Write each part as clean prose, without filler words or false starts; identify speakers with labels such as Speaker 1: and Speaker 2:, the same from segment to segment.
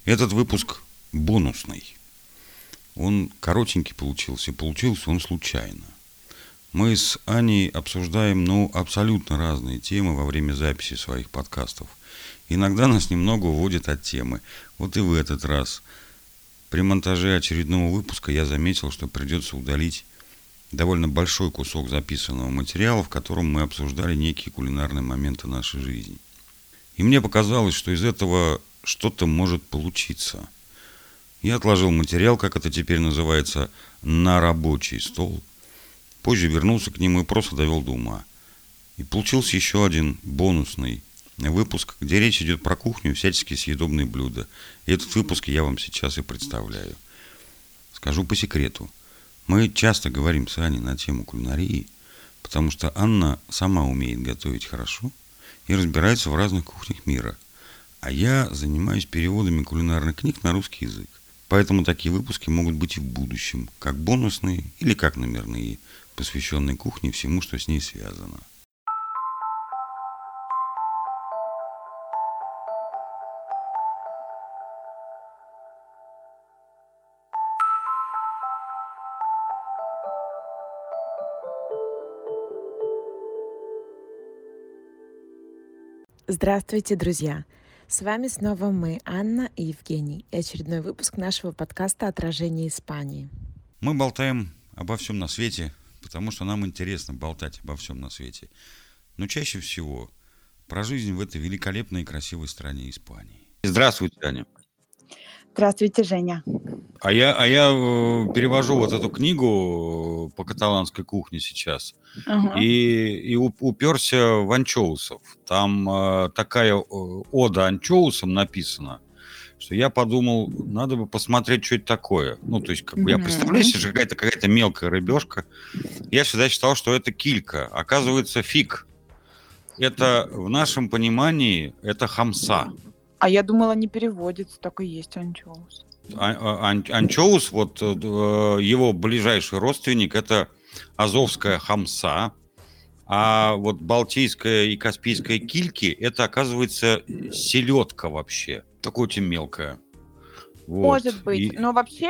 Speaker 1: Этот выпуск бонусный. Он коротенький получился, и получился он случайно. Мы с Аней обсуждаем, абсолютно разные темы во время записи своих подкастов. Иногда нас немного уводят от темы. Вот и в этот раз. При монтаже очередного выпуска я заметил, что придется удалить довольно большой кусок записанного материала, в котором мы обсуждали некие кулинарные моменты нашей жизни. И мне показалось, что из этого что-то может получиться. Я отложил материал, как это теперь называется, на рабочий стол. Позже вернулся к нему и просто довел до ума. И получился еще один бонусный выпуск, где речь идет про кухню и всяческие съедобные блюда. И этот выпуск я вам сейчас и представляю. Скажу по секрету. Мы часто говорим с Аней на тему кулинарии, потому что Анна сама умеет готовить хорошо и разбирается в разных кухнях мира. А я занимаюсь переводами кулинарных книг на русский язык. Поэтому такие выпуски могут быть и в будущем, как бонусные или как номерные, посвященные кухне и всему, что с ней связано.
Speaker 2: Здравствуйте, друзья! С вами снова мы, Анна и Евгений, и очередной выпуск нашего подкаста «Отражение Испании».
Speaker 1: Мы болтаем обо всем на свете, потому что нам интересно болтать обо всем на свете. Но чаще всего про жизнь в этой великолепной и красивой стране Испании. Здравствуйте, Аня.
Speaker 3: Здравствуйте, Женя.
Speaker 1: А я перевожу вот эту книгу по каталанской кухне сейчас.
Speaker 3: Ага.
Speaker 1: И уперся в анчоусов. Там такая ода анчоусам написана, что я подумал, надо бы посмотреть, что это такое. То есть, я представляю себе, какая-то мелкая рыбешка. Я всегда считал, что это килька. Оказывается, фиг. Это в нашем понимании это хамса.
Speaker 3: А я думала, не переводится, так и есть анчоус.
Speaker 1: Анчоус, вот его ближайший родственник, это азовская хамса. А вот балтийская и каспийская кильки, это, оказывается, селедка вообще. Такое очень мелкое. Вот.
Speaker 3: Может быть. Но вообще,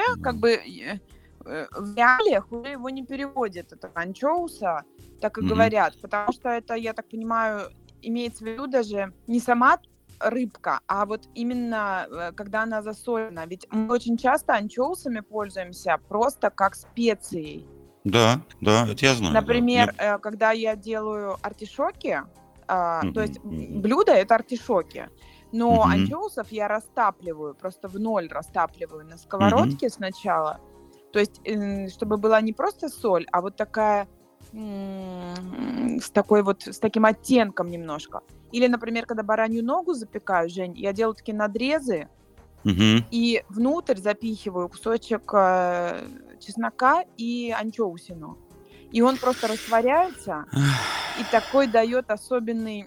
Speaker 3: в реалиях уже его не переводят, это анчоуса, так и говорят. Потому что это, я так понимаю, имеется в виду даже не сама рыбка, а вот именно когда она засолена. Ведь мы очень часто анчоусами пользуемся просто как специей.
Speaker 1: Да, это я знаю.
Speaker 3: Например, когда я делаю артишоки, то есть блюдо это артишоки, но анчоусов я растапливаю, просто в ноль растапливаю на сковородке сначала. То есть, чтобы была не просто соль, а вот такая с таким оттенком немножко. Или, например, когда баранью ногу запекаю, Жень, я делаю такие надрезы и внутрь запихиваю кусочек чеснока и анчоусину. И он просто растворяется, и такой дает особенный,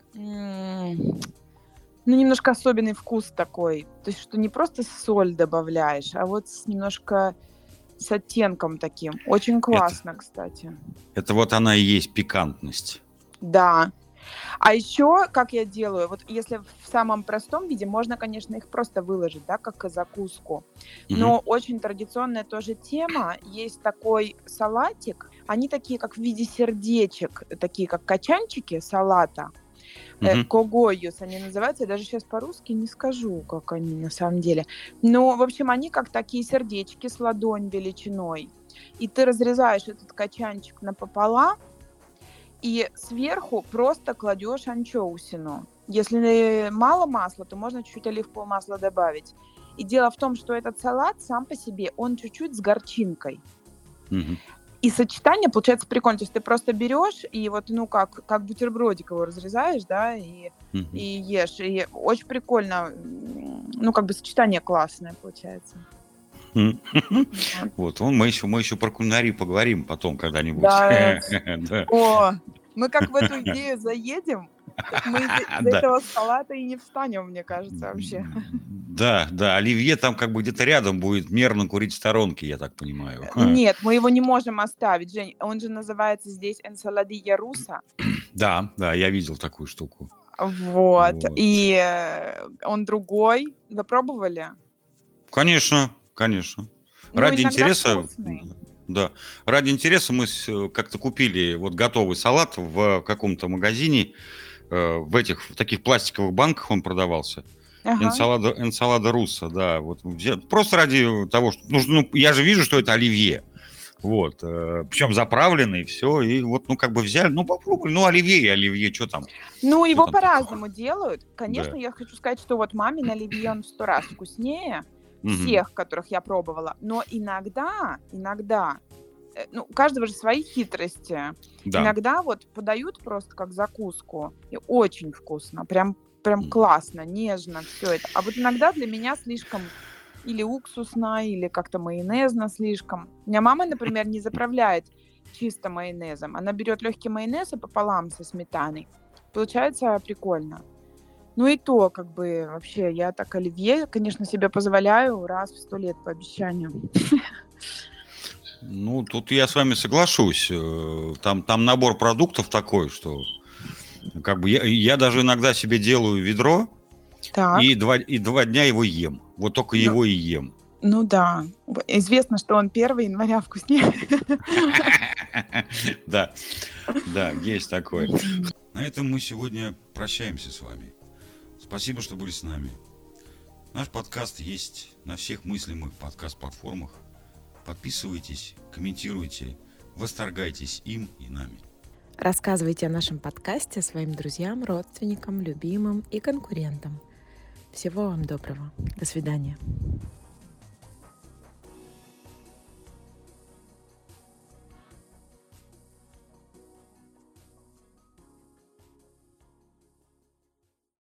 Speaker 3: немножко особенный вкус такой. То есть, что не просто соль добавляешь, а вот немножко с оттенком таким. Очень классно, кстати.
Speaker 1: Это вот она и есть пикантность.
Speaker 3: Да. А еще, как я делаю, вот если в самом простом виде, можно, конечно, их просто выложить, да, как закуску. Но очень традиционная тоже тема. Есть такой салатик. Они такие, как в виде сердечек, такие, как качанчики салата. Когойюс они называются. Я даже сейчас по-русски не скажу, как они на самом деле. Но, в общем, они как такие сердечки с ладонь величиной. И ты разрезаешь этот качанчик напополам, и сверху просто кладешь анчоусину. Если мало масла, то можно чуть-чуть оливкового масла добавить. И дело в том, что этот салат сам по себе, он чуть-чуть с горчинкой. И сочетание получается прикольно. То есть ты просто берешь и вот, как бутербродик его разрезаешь, да, и ешь. И очень прикольно. Сочетание классное получается.
Speaker 1: Вот, мы еще про кулинарию поговорим потом когда-нибудь.
Speaker 3: Да. О, мы как в эту идею заедем, мы из этого салата и не встанем, мне кажется, вообще.
Speaker 1: Да, оливье там где-то рядом будет мерно курить в сторонке, я так понимаю.
Speaker 3: Нет, мы его не можем оставить, Жень. Он же называется здесь энсаладilla руса.
Speaker 1: Да, я видел такую штуку.
Speaker 3: Вот. И он другой. Вы пробовали?
Speaker 1: Конечно, конечно.
Speaker 3: Ну,
Speaker 1: Ради
Speaker 3: иногда
Speaker 1: интереса,
Speaker 3: вкусный.
Speaker 1: да, ради интереса мы как-то купили вот готовый салат в каком-то магазине, в таких пластиковых банках он продавался.
Speaker 3: Ага.
Speaker 1: Энсалада русса, да, вот просто ради того, что, ну, я же вижу, что это оливье, вот, причем заправленный, все, и вот, ну, как бы взяли, ну, попробовали, ну, оливье и оливье, что там
Speaker 3: Ну, его
Speaker 1: такого?
Speaker 3: по-разному делают. Конечно,
Speaker 1: Да.
Speaker 3: я хочу сказать, что вот мамин оливье, он в 100 раз вкуснее
Speaker 1: Мгм.
Speaker 3: всех, которых я пробовала. Но иногда, ну, у каждого же свои хитрости.
Speaker 1: Да.
Speaker 3: Иногда вот подают просто как закуску, и очень вкусно, прям
Speaker 1: М.
Speaker 3: классно, нежно все это. А вот иногда для меня слишком или уксусно, или как-то майонезно слишком. У меня мама, например, не заправляет чисто майонезом. Она берет легкий майонез и пополам со сметаной. Получается прикольно. Ну и то, как бы, вообще, я так оливье, конечно, себе позволяю раз в 100 лет по обещанию.
Speaker 1: Ну, тут я с вами соглашусь. Там набор продуктов такой, что как бы я даже иногда себе делаю ведро
Speaker 3: Так,
Speaker 1: и два дня его ем. Вот только
Speaker 3: ну,
Speaker 1: его и ем.
Speaker 3: ну да. Известно, что он 1 января вкуснее.
Speaker 1: Да, да, есть такое.
Speaker 3: Мгм.
Speaker 1: На этом мы сегодня прощаемся с вами. Спасибо, что были с нами. Наш подкаст есть на всех мыслимых подкаст-платформах. Подписывайтесь, комментируйте, восторгайтесь им и нами.
Speaker 2: Рассказывайте о нашем подкасте своим друзьям, родственникам, любимым и конкурентам. Всего вам доброго. До свидания.